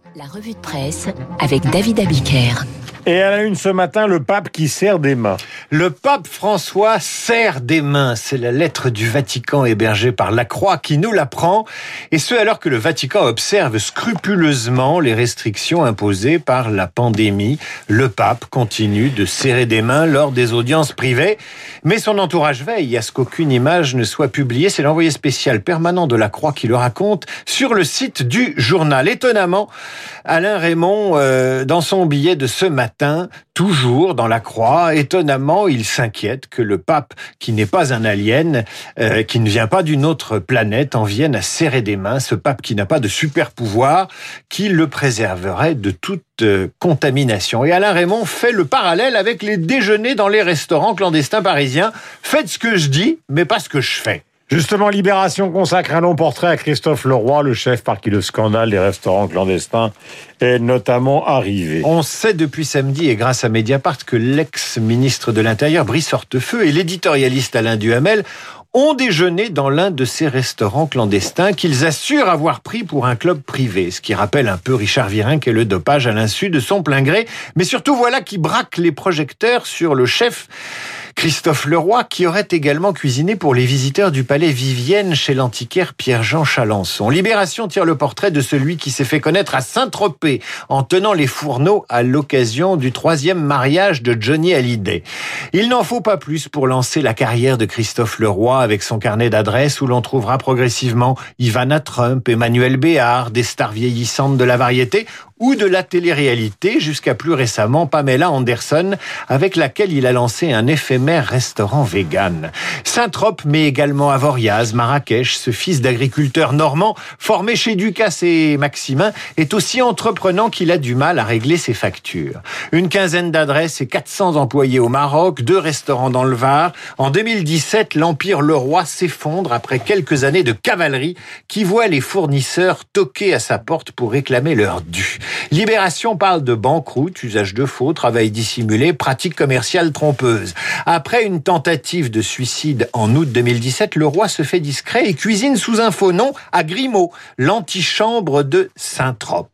La revue de presse avec David Abiker. Et à la une ce matin, le pape qui serre des mains. Le pape François serre des mains. C'est la lettre du Vatican hébergée par La Croix qui nous l'apprend. Et ce, alors que le Vatican observe scrupuleusement les restrictions imposées par la pandémie. Le pape continue de serrer des mains lors des audiences privées. Mais son entourage veille à ce qu'aucune image ne soit publiée. C'est l'envoyé spécial permanent de La Croix qui le raconte sur le site du journal. Étonnamment, Alain Raymond, dans son billet de ce matin, toujours dans La Croix, étonnamment, il s'inquiète que le pape, qui n'est pas un alien, qui ne vient pas d'une autre planète, en vienne à serrer des mains. Ce pape qui n'a pas de super pouvoir, qui le préserverait de toute contamination. Et Alain Raymond fait le parallèle avec les déjeuners dans les restaurants clandestins parisiens. Faites ce que je dis, mais pas ce que je fais. Justement, Libération consacre un long portrait à Christophe Leroy, le chef par qui le scandale des restaurants clandestins est notamment arrivé. On sait depuis samedi, et grâce à Mediapart, que l'ex-ministre de l'Intérieur, Brice Hortefeux, et l'éditorialiste Alain Duhamel ont déjeuné dans l'un de ces restaurants clandestins qu'ils assurent avoir pris pour un club privé, ce qui rappelle un peu Richard Virenque et le dopage à l'insu de son plein gré. Mais surtout, voilà qui braque les projecteurs sur le chef Christophe Leroy, qui aurait également cuisiné pour les visiteurs du palais Vivienne chez l'antiquaire Pierre-Jean Chalençon. Libération tire le portrait de celui qui s'est fait connaître à Saint-Tropez en tenant les fourneaux à l'occasion du 3e mariage de Johnny Hallyday. Il n'en faut pas plus pour lancer la carrière de Christophe Leroy avec son carnet d'adresses où l'on trouvera progressivement Ivana Trump, Emmanuel Béard, des stars vieillissantes de la variété ou de la télé-réalité, jusqu'à plus récemment Pamela Anderson, avec laquelle il a lancé un éphémère restaurant vegan. Saint-Trope, mais également Avoriaz, Marrakech, ce fils d'agriculteur normand, formé chez Ducasse et Maximin, est aussi entreprenant qu'il a du mal à régler ses factures. Une quinzaine d'adresses et 400 employés au Maroc, 2 restaurants dans le Var. En 2017, l'Empire Leroy s'effondre après quelques années de cavalerie qui voit les fournisseurs toquer à sa porte pour réclamer leur dû. Libération parle de banqueroute, usage de faux, travail dissimulé, pratiques commerciales trompeuses. Après une tentative de suicide en août 2017, Leroy se fait discret et cuisine sous un faux nom à Grimaud, l'antichambre de Saint-Trope.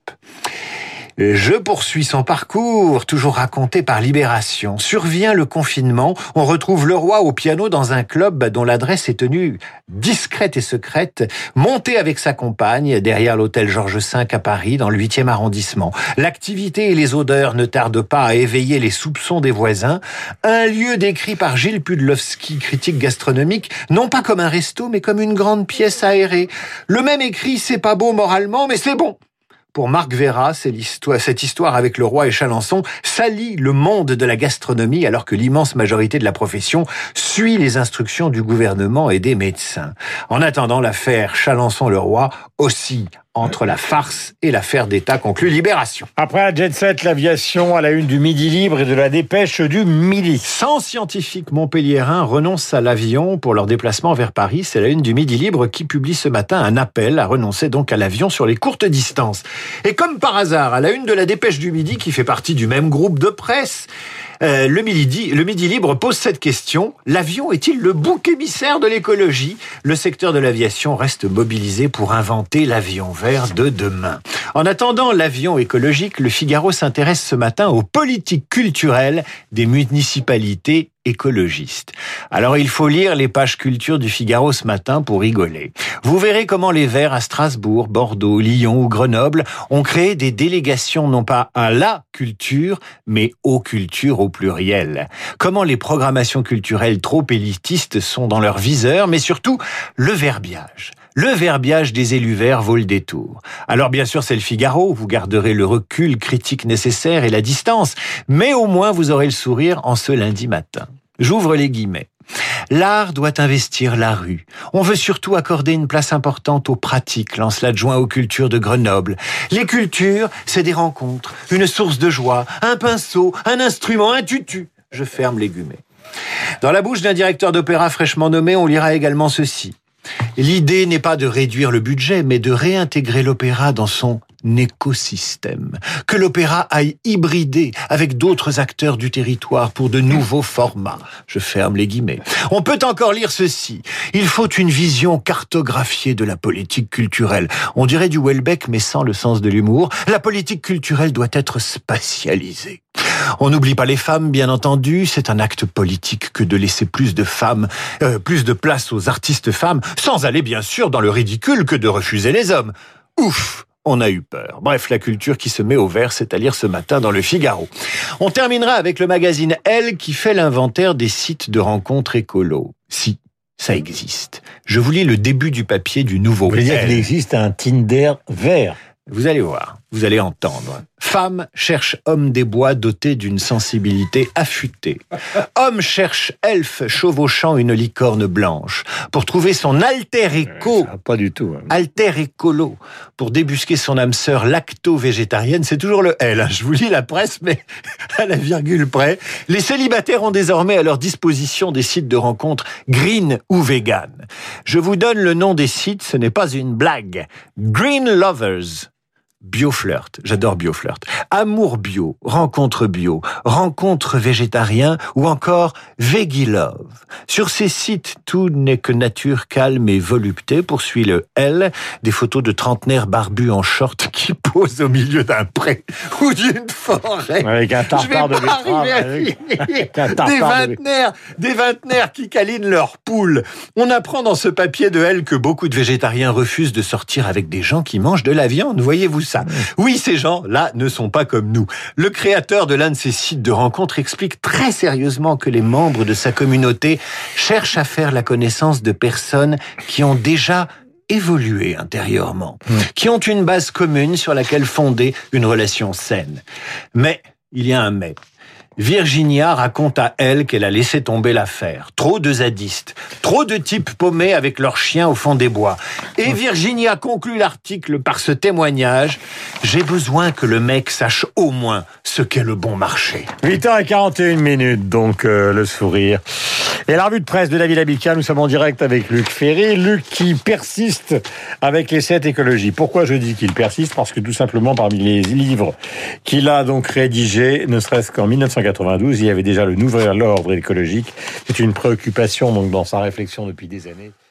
Je poursuis son parcours, toujours raconté par Libération. Survient le confinement, on retrouve Leroy au piano dans un club dont l'adresse est tenue discrète et secrète, monté avec sa compagne derrière l'hôtel Georges V à Paris, dans le 8e arrondissement. L'activité et les odeurs ne tardent pas à éveiller les soupçons des voisins. Un lieu décrit par Gilles Pudlowski, critique gastronomique, non pas comme un resto, mais comme une grande pièce aérée. Le même écrit, c'est pas beau moralement, mais c'est bon. Pour Marc Vera, cette histoire avec Leroy et Chalençon salit le monde de la gastronomie alors que l'immense majorité de la profession suit les instructions du gouvernement et des médecins. En attendant, l'affaire Chalençon-Leroy oscille entre la farce et l'affaire d'État, conclut Libération. Après la jet set, l'aviation à la une du Midi Libre et de la Dépêche du Midi. 100 scientifiques montpelliérains renoncent à l'avion pour leur déplacement vers Paris. C'est la une du Midi Libre qui publie ce matin un appel à renoncer donc à l'avion sur les courtes distances. Et comme par hasard, à la une de la Dépêche du Midi, qui fait partie du même groupe de presse, le Midi Libre pose cette question. L'avion est-il le bouc émissaire de l'écologie ? Le secteur de l'aviation reste mobilisé pour inventer l'avion vert de demain. En attendant l'avion écologique, le Figaro s'intéresse ce matin aux politiques culturelles des municipalités écologistes. Alors il faut lire les pages culture du Figaro ce matin pour rigoler. Vous verrez comment les Verts à Strasbourg, Bordeaux, Lyon ou Grenoble ont créé des délégations non pas à la culture, mais aux cultures au pluriel. Comment les programmations culturelles trop élitistes sont dans leur viseur, mais surtout le verbiage. Le verbiage des élus verts vaut le détour. Alors bien sûr, c'est le Figaro, vous garderez le recul critique nécessaire et la distance, mais au moins vous aurez le sourire en ce lundi matin. J'ouvre les guillemets. L'art doit investir la rue. On veut surtout accorder une place importante aux pratiques, lance l'adjoint aux cultures de Grenoble. Les cultures, c'est des rencontres, une source de joie, un pinceau, un instrument, un tutu. Je ferme les guillemets. Dans la bouche d'un directeur d'opéra fraîchement nommé, on lira également ceci. L'idée n'est pas de réduire le budget, mais de réintégrer l'opéra dans son écosystème, que l'opéra aille hybrider avec d'autres acteurs du territoire pour de nouveaux formats. Je ferme les guillemets. On peut encore lire ceci. Il faut une vision cartographiée de la politique culturelle. On dirait du Houellebecq, mais sans le sens de l'humour. La politique culturelle doit être spatialisée. On n'oublie pas les femmes, bien entendu. C'est un acte politique que de laisser plus de place aux artistes femmes, sans aller bien sûr dans le ridicule que de refuser les hommes. Ouf! On a eu peur. Bref, la culture qui se met au vert, c'est à lire ce matin dans le Figaro. On terminera avec le magazine Elle qui fait l'inventaire des sites de rencontres écolos. Si, ça existe. Je vous lis le début du papier du nouveau. Vous voulez dire qu'il existe un Tinder vert? Vous allez voir, vous allez entendre. Femme cherche homme des bois doté d'une sensibilité affûtée. Homme cherche elfe chevauchant une licorne blanche. Pour trouver son alter éco. Pas du tout. Alter écolo. Pour débusquer son âme sœur lacto-végétarienne. C'est toujours le L. Je vous lis la presse, mais à la virgule près. Les célibataires ont désormais à leur disposition des sites de rencontres green ou vegan. Je vous donne le nom des sites, ce n'est pas une blague. Green Lovers. Bioflirt, j'adore Bioflirt. Amour bio, rencontre végétarien ou encore Vegilove. Sur ces sites, tout n'est que nature calme et volupté, poursuit le L, des photos de trentenaires barbus en short qui posent au milieu d'un pré ou d'une forêt. Avec un tartare de betterave. Des vingtenaires qui câlinent leurs poules. On apprend dans ce papier de L que beaucoup de végétariens refusent de sortir avec des gens qui mangent de la viande. Voyez-vous ça? Oui, ces gens-là ne sont pas comme nous. Le créateur de l'un de ces sites de rencontres explique très sérieusement que les membres de sa communauté cherchent à faire la connaissance de personnes qui ont déjà évolué intérieurement, qui ont une base commune sur laquelle fonder une relation saine. Mais, il y a un mais. Virginia raconte à Elle qu'elle a laissé tomber l'affaire. Trop de zadistes, trop de types paumés avec leurs chiens au fond des bois. Et Virginia conclut l'article par ce témoignage. J'ai besoin que le mec sache au moins ce qu'est le bon marché. 8h41, donc le sourire. Et la revue de presse de David Abicard, nous sommes en direct avec Luc Ferry. Luc qui persiste avec les 7 écologies. Pourquoi je dis qu'il persiste? Parce que tout simplement, parmi les livres qu'il a donc rédigés, ne serait-ce qu'en 1992, il y avait déjà le nouvel ordre écologique. C'est une préoccupation donc dans sa réflexion depuis des années.